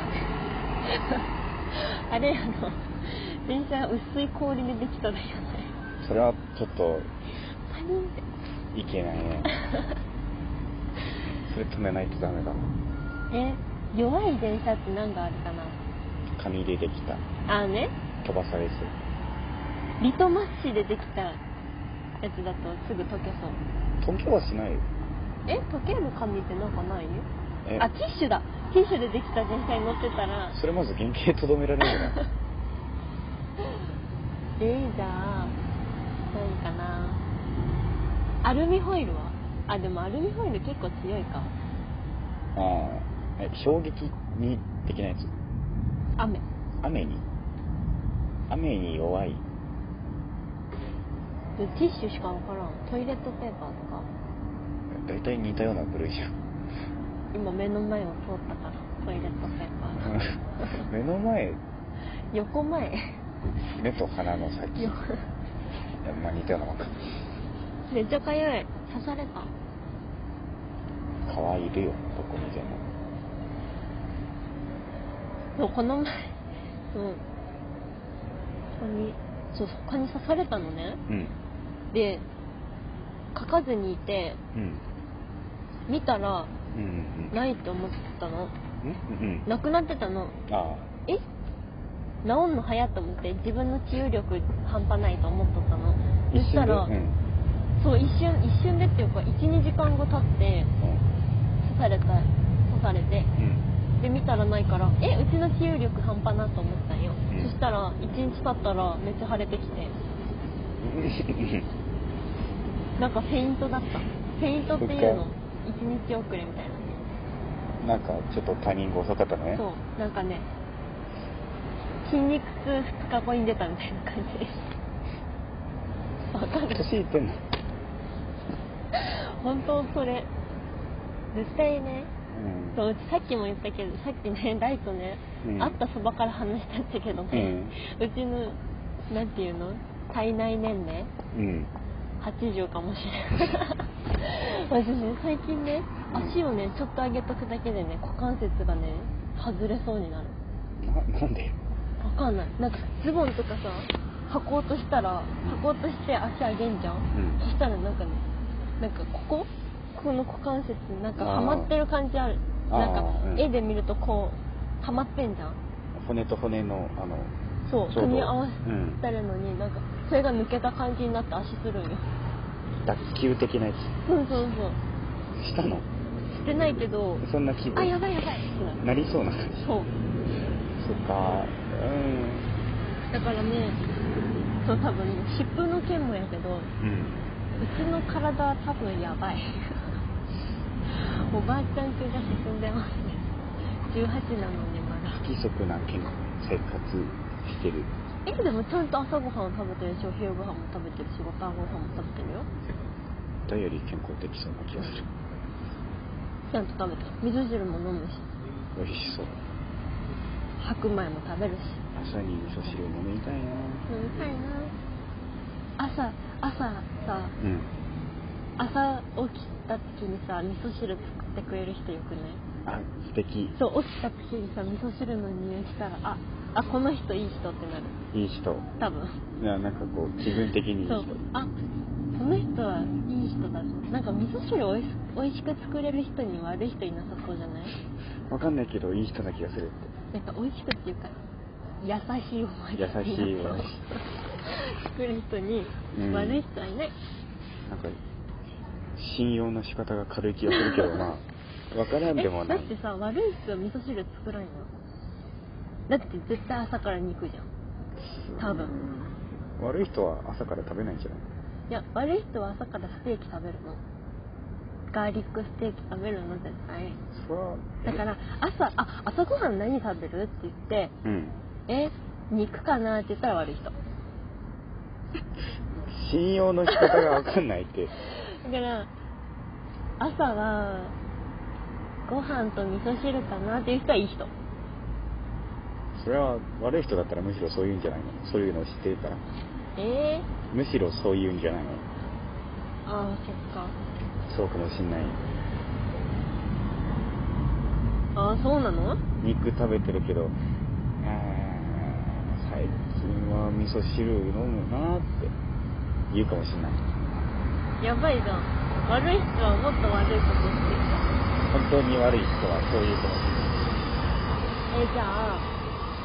あれ電車薄い氷でできただよね。 それはちょっとパニンっていけないね。それ止めないとダメだ。 弱い電車って何があるかな。 紙でできた。 あね。 飛ばされず。 リトマス紙でできたやつだとすぐ溶けそう。 溶けはしないよ。 溶ける紙ってなんかない？ティッシュだ。ティッシュでできた電車に乗ってたら。 それまず原型とどめられるよね。 じゃあ何かな。アルミホイルは？でもアルミホイル結構強いか。 衝撃に的なやつ。雨に弱い。 ティッシュしか分からん。トイレットペーパーとか大体似たような部類じゃん。 今目の前を通ったからトイレットペーパー目の前横前目と鼻の先いや、まあ似たようなもんか。 めっちゃかゆい。刺された。 蚊いるよどこにでも。 この前蚊に刺されたのね。でかかずにいて、見たら、ないって思ってたの。なくなってたの。治んの早と思って自分の治癒力半端ないと思っとったの。そしたら、そう一瞬でっていうか 1,2 時間後経って刺されて、で見たらないからうちの治癒力半端なと思ったんよ。そしたら1日経ったらめっちゃ腫れてきてなんかフェイントだった。フェイントっていうの1日遅れみたいな。 なんかちょっとタイミング遅かったね。 そうなんかね筋肉痛2日後に出たみたいな感じです。わかる？ 年いってんの？ 本当それ絶対ね。そう、うちさっきも言ったけど、さっきねライトね、会ったそばから話したんだけどね、うちのなんていうの体内年齢、80かもしれない。私ね最近ね足をねちょっと上げとくだけでね股関節がね外れそうになる。 なんで？ わかんない。なんかズボンとかさ履こうとして足上げんじゃん、そしたらなんかねこの股関節なんかはまってる感じある。なんか絵で見るとこうはまってんじゃん。 骨と骨のそう組み合わせてるのに、なんかそれが抜けた感じになって足するんよ。 脱臼的なやつ。 そうしたの？ してないけどそんな気分。 やばいってなりそうな感じ。 そうそっか。 だからね多分湿布の件もやけど、うちの体は多分やばい。おばあちゃん家が進んでますね。18なのにまだ不規則な生活してる。 でもちゃんと朝ごはん食べてるし、お昼ごはんも食べてるし、晩ごはんも食べてるよ。 誰より健康的そうな気がする。 ちゃんと食べてる。味噌汁も飲むし。 美味しそう。 白米も食べるし。 朝に味噌汁飲みたいな。 朝さ、朝起きた時にさ味噌汁作ってくれる人よくね。 素敵。 そう起きた時にさ味噌汁の匂いしたらこの人いい人ってなる。 いい人。 多分。 なんかこう気分的にいい人。 そうこの人はいい人だぞ。なんか味噌汁おいしく作れる人に悪い人いなさそうじゃない？ わかんないけどいい人な気がするって。 なんか美味しくっていうか優しいお前優しい作る人に悪い人はいない。 なんか信用の仕方が軽い気がするけどまあ分からんでもない。 だってさ、悪い人は味噌汁作らんよ。だって絶対朝から肉じゃん、多分。 悪い人は朝から食べないんじゃない？ いや、悪い人は朝からステーキ食べるの。ガーリックステーキ食べるの絶対。だから朝ごはん何食べるって言って、 うん、 肉かなって言ったら悪い人。 信用の仕方が分かんないってだから朝はご飯と味噌汁かなっていう人はいい人。 それは悪い人だったらむしろそういうんじゃないの？そういうのを知ってるから。むしろそういうんじゃないの？ ああ、そっか。 そうかもしんない。 ああ、そうなの？ 肉食べてるけど、最近は味噌汁飲むなって言うかもしんない。 やばいじゃん。悪い人はもっと悪いことしてるじゃん。 本当に悪い人はそういうかもしんない。 じゃあ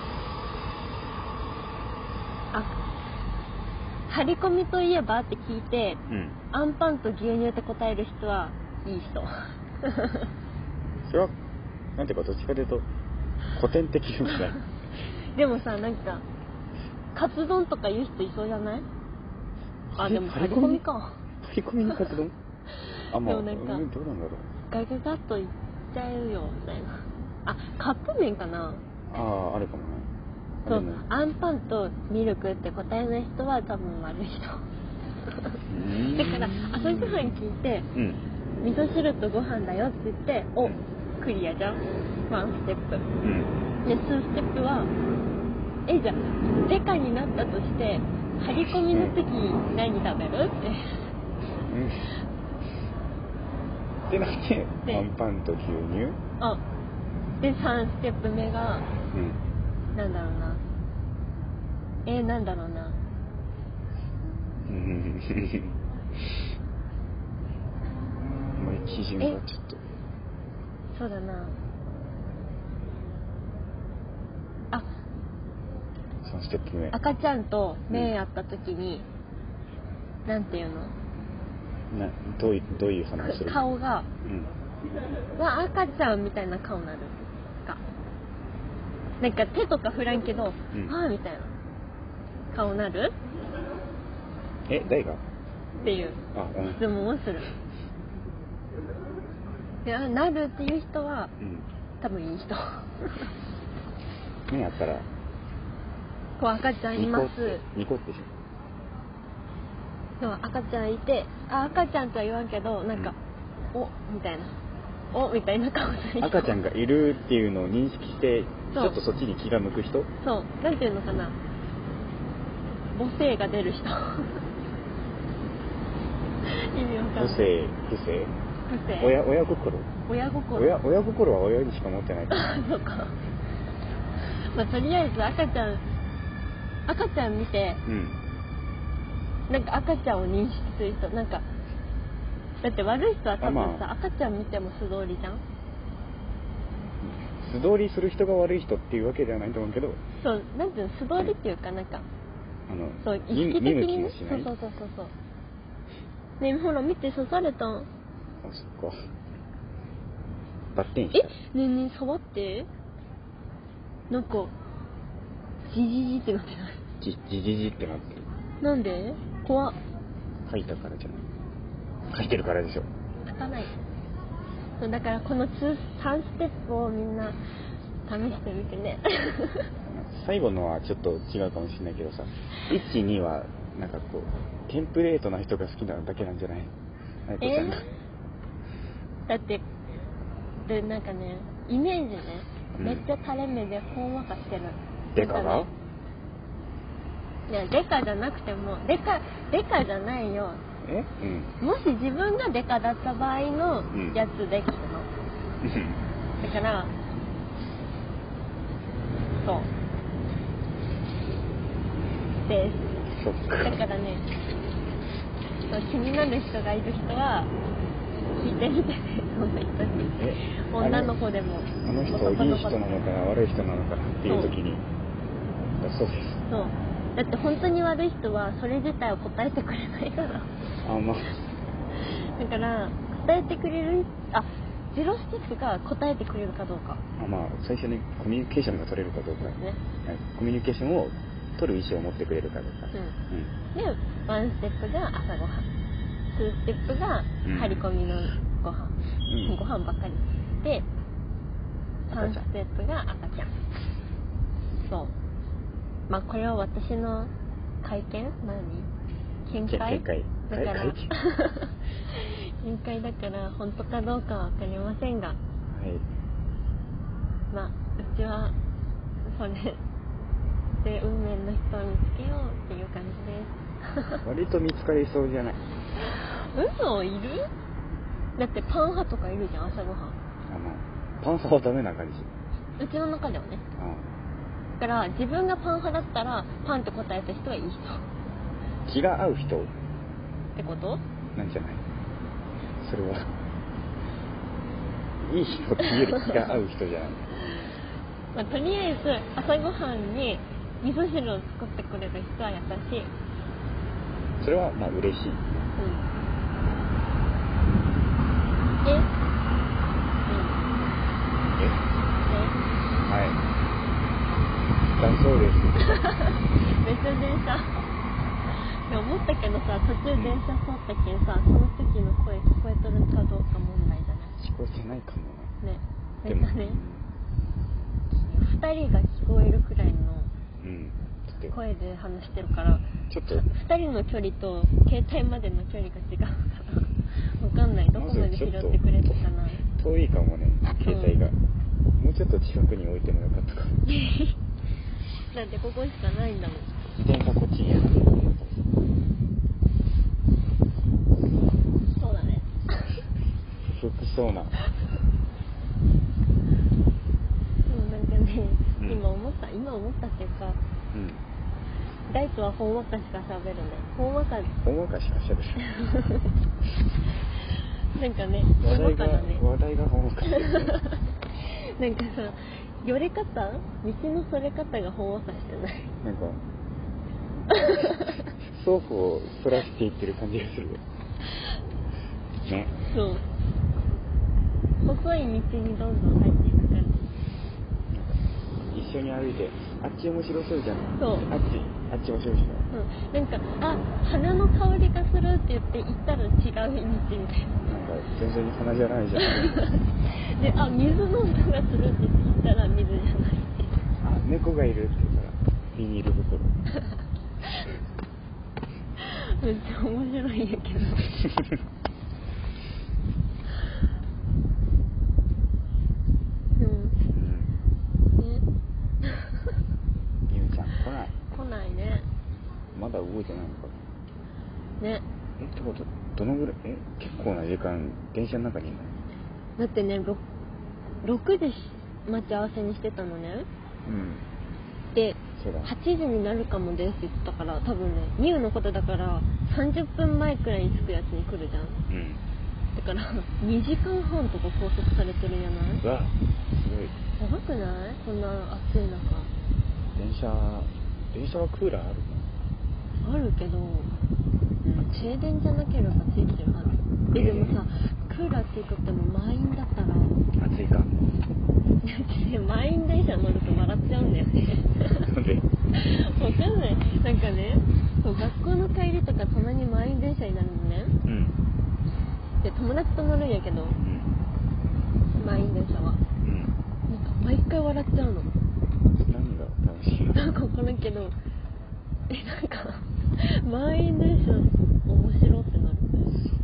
張り込みといえばって聞いて、アンパンと牛乳って答える人はいい人。 それはなんていうかどっちかというと古典的ですね。 でもさ、なんかカツ丼とか言う人いそうじゃない？でも張り込みか。 張り込みのカツ丼？ でもなんかどうなんだろう。 ガガガッといっちゃうよみたいな。カップ麺かな。 あるかもね。 そう、アンパンとミルクって答えない人は多分悪い人。だから朝ごはん聞いて、味噌汁とご飯だよって言って、クリアじゃん、1ステップ。で2ステップはじゃあデカになったとして張り込みの時何食べるって。 でなってアンパンと牛乳。 で3ステップ目が、なんだろうな。なんだろうな。基準がちょっと。そうだな。 3ステップ目。 赤ちゃんと目合った時に、なんていうの？ どういう反応する？ 顔が、赤ちゃんみたいな顔になるか。なんか手とか振らんけど、みたいな顔なる？ 誰が？ っていう質問をする。なるっていう人は、多分いい人。 目あったら赤ちゃんいます。 ニコってしょ。でも赤ちゃんいて、赤ちゃんとは言わんけど、なんか、みたいな。みたいな顔する人。 赤ちゃんがいるっていうのを認識してちょっとそっちに気が向く人。 そう、なんていうのかな、母性が出る人。意味わかんない。 不正親心は親にしか持ってないから。 そうか。とりあえず赤ちゃん見て、なんか赤ちゃんを認識する人、なんかだって悪い人は多分さ、赤ちゃん見ても素通りじゃん。 素通りする人が悪い人っていうわけではないと思うけど、 そう、なんていうの、素通りっていうか、なんかそう意識的にね、そうね、ほら見て、刺されたん。 そっか。バッテンした。 ねえ触って。なんかジジジってなってない？ ジジってなってる。 なんで？怖っ。 書いたからじゃない。書いてるからでしょ。 書かない。そうだからこの3ステップをみんな試してみてね。 最後のはちょっと違うかもしれないけどさ、1、2はなんかこうテンプレートな人が好きなだけなんじゃない？ だってでなんかね、イメージね、めっちゃ垂れ目でほんわかしてる。 デカが？ いや、デカじゃなくても、デカじゃないよ。もし自分がデカだった場合のやつできるの。だからそうです。 そっか。 だからね、気になる人がいる人は聞いてみてね、そんな人に。女の子でもあの人いい人なのかな悪い人なのかなっていう時に、そうです。 そうだって本当に悪い人はそれ自体を答えてくれないから。 だから答えてくれる、0ステップが答えてくれるかどうか。 まあ最初にコミュニケーションが取れるかどうか、 ね、 コミュニケーションを取る意思を持ってくれるかどうか、 で1ステップが朝ごはん、2ステップが張り込みのご飯、ご飯ばっかりで、3ステップが赤ちゃん。そう、まあこれは私の見解だから見解だから本当かどうかは分かりませんが、まあうちはそれで運命の人を見つけようっていう感じです割と見つかりそうじゃない？ 嘘？いる？だってパン派とかいるじゃん、朝ごはん。 パン派はダメな感じ。 うちの中ではね。だから自分がパン派だったらパンって答えた人はいい人。 気が合う人ってことなんじゃない？それはいい人っていうより気が合う人じゃないまあ、とりあえず朝ごはんに味噌汁を作ってくれる人は優しい。 それはまあ嬉しい。はいだそうですめっちゃ電車思ったけどさ、途中電車通ったけんさ、その時の声聞こえとるかどうか問題じゃない？ 聞こえてないかもね。でもね、2人が聞こえるくらいの声で話してるから、 ちょっと 2人の距離と携帯までの距離が違うから分かんない、どこまで拾ってくれるかな。 遠いかもね、携帯が、もうちょっと近くに置いてもよかったかもだってここしかないんだもん。 自転車こっちにやってる。 そうだね不服そうななんかね、今思ったっていうか、大地はほんわかしか喋るね。ほんわかしか喋るなんかね、 話題がほんわかしてるねなんかさ、寄れ方、道のそれ方がほんわかしてない？ なんか双方をそらしていってる感じがするね。 そう、細い道にどんどん入っていく感じ。一緒に歩いて、あっち面白そうじゃん。 そう、 あっち面白いじゃん。 なんか花の香りがするって言って行ったら違う道みたいな。なんか全然花じゃないじゃんで、水の音がするって言ったら水じゃない猫がいるって言ったらビニール袋めっちゃ面白いんやけどみゆちゃん来ないね。 まだ動いてないのかなね。 ってことどのぐらい結構な時間電車の中にいるの？ だってね、6時待ち合わせにしてたのね。で、8時になるかもですって言ってたから、多分ね、ミュウのことだから30分前くらいに着くやつに来るじゃん。だから2時間半とか拘束されてるんやない？ うわ、すごい。 やばくない？こんな暑い中。 電車はクーラーあるの？あるけど、停電じゃなければついてるはず。でもさ、クーラーついとっても満員だったら暑いか満員電車乗ると笑っちゃうんだよねなんで？ わかんない。なんかね、そう、学校の帰りとかたまに満員電車になるのね。で、友達と乗るんやけど、満員電車は、なんか毎回笑っちゃうの。 何が楽しいの？ なんか分からんけど、なんか満員電車面白ってなる。 そう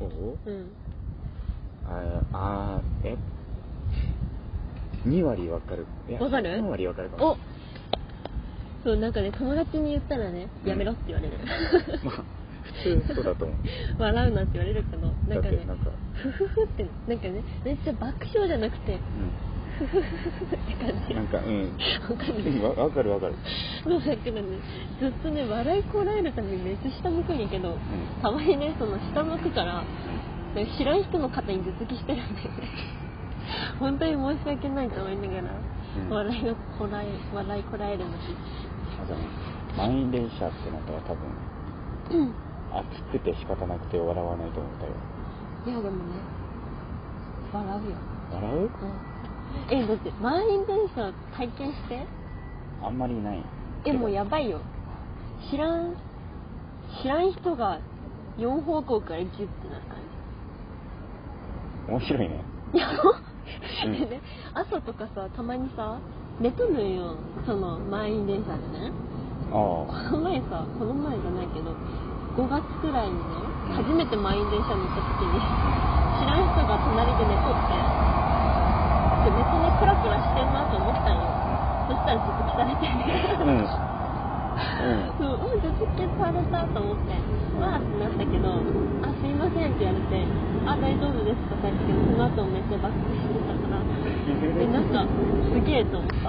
？2割わかる。 わかる ？3割わかるかも。 お、そう、なんかね、友達に言ったらね、やめろって言われる。 まあ普通そうだと思う。 笑うなって言われるけど、なんかね、 なんかフフフってなんかね、めっちゃ爆笑じゃなくて、フフフフって感じ。 なんかわかる。 そうだけどね、ずっとね、笑いこらえるためにめっちゃ下向くんやけど、たまにね、その下向くから、知らん人の肩に頭突きしてるんだよね。本当に申し訳ないと思いながら、笑いこらえるのし。 満員電車ってなったら多分、暑くて仕方なくて笑わないと思ったよ。 いやでもね、笑うよ。 笑う？ うん。だって満員電車体験して。 あんまりない。 もうやばいよ。知らん人が4方向からギュッてなる感じ。面白いね。 いや、でね、朝とかさ、たまにさ、寝とるよ、その満員電車でね。この前じゃないけど、5月くらいにね、初めて満員電車に乗った時に、知らん人が隣で寝とって、で、別にクラクラしてんなと思ったんよ。そしたらずっと汚れてる。そう、ずっと消されたと思って、わーってなったけど、すいませんって言われて、大丈夫ですとか言って、その後めっちゃバックしてたから、なんか、すげえと思った。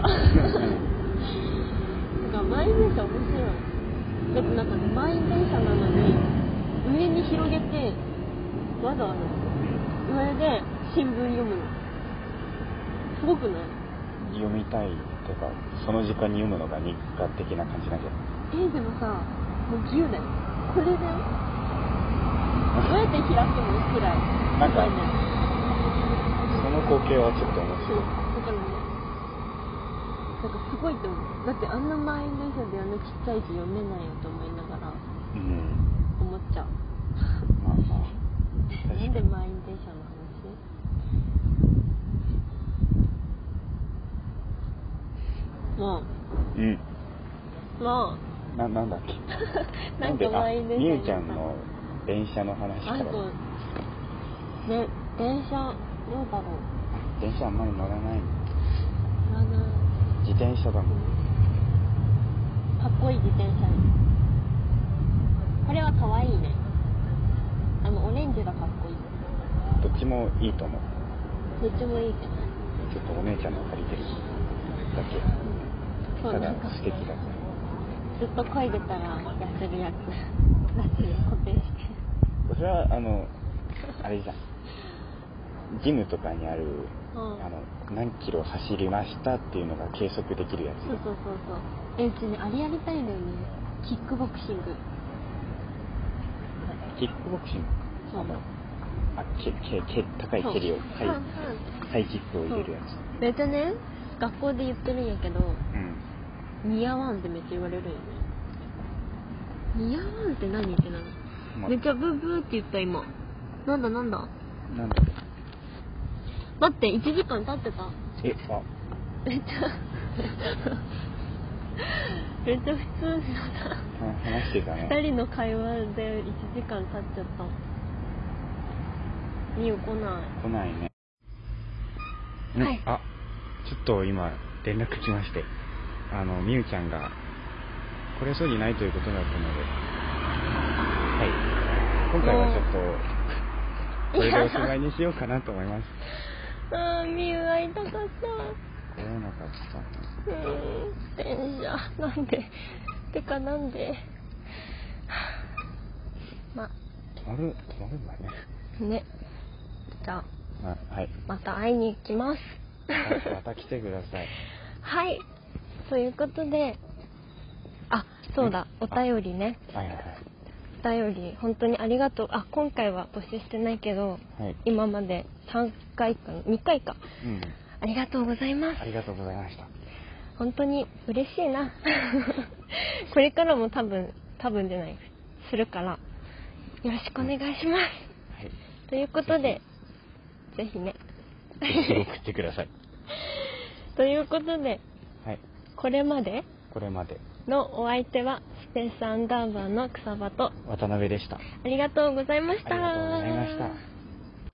なんか満員電車面白い。だってなんかね、満員電車なのに、上に広げて、わざわざ上で新聞読むの。すごくない？ 読みたいとか、その時間に読むのが日課的な感じなんじゃない？ でもさ、もうギュだよ。これでどうやって開くのくらい。 なんか、その光景はちょっと面白い。 だからね、なんかすごいと思う。だってあんな満員電車であんなちっちゃい字読めないよと思いながら、思っちゃう。 まあまあ。 なんで満員電車の話？もうなんだっけなんか満員電車みゆちゃんの電車の話から。 ね、電車どうだろう。 電車あんまり乗らない。 乗らない。 自転車だもん。 かっこいい自転車。これは可愛いね。オレンジがかっこいい。 どっちもいいと思う。 どっちもいいけど。 ちょっとお姉ちゃんの借りてるだけ。ただ素敵だから。 ずっと漕いでたら痩せるやつ。夏に固定して。 それはあれじゃん。ジムとかにある、何キロ走りましたっていうのが計測できるやつ。 そう。うちね、あれやりたいんだよね。キックボクシング。 キックボクシング。 そう。 高い蹴りをハイキックを入れるやつ。 めっちゃね、学校で言ってるんやけど、似合わんってめっちゃ言われるよね。似合わんって何ってなの？めっちゃブーブーって言った今。なんだなんだ待って、1時間経ってた。めっちゃ普通の話してたね。 2人の会話で1時間経っちゃった。みゆ来ないね。 はい。 ちょっと今連絡来まして、みゆちゃんが来れそうにないということだったので、はい、今回はちょっとこれでおしまいにしようかなと思います。 みゆ会いたかった。 来れなかった。 電車なんでてかなんで止まるんだね。 じゃあ、 はい、 また会いに行きます。 また来てください。 はい、ということで、そうだ、お便りね。お便り本当にありがとう。今回は募集してないけど、今まで2回か、ありがとうございます。 ありがとうございました。 本当に嬉しいな。これからも多分じゃない、するからよろしくお願いします。ということで、ぜひね、 送ってください。 ということで、これまでのお相手はスペースアンダーバーの草場と渡辺でした。 ありがとうございました。 ありがとうございました。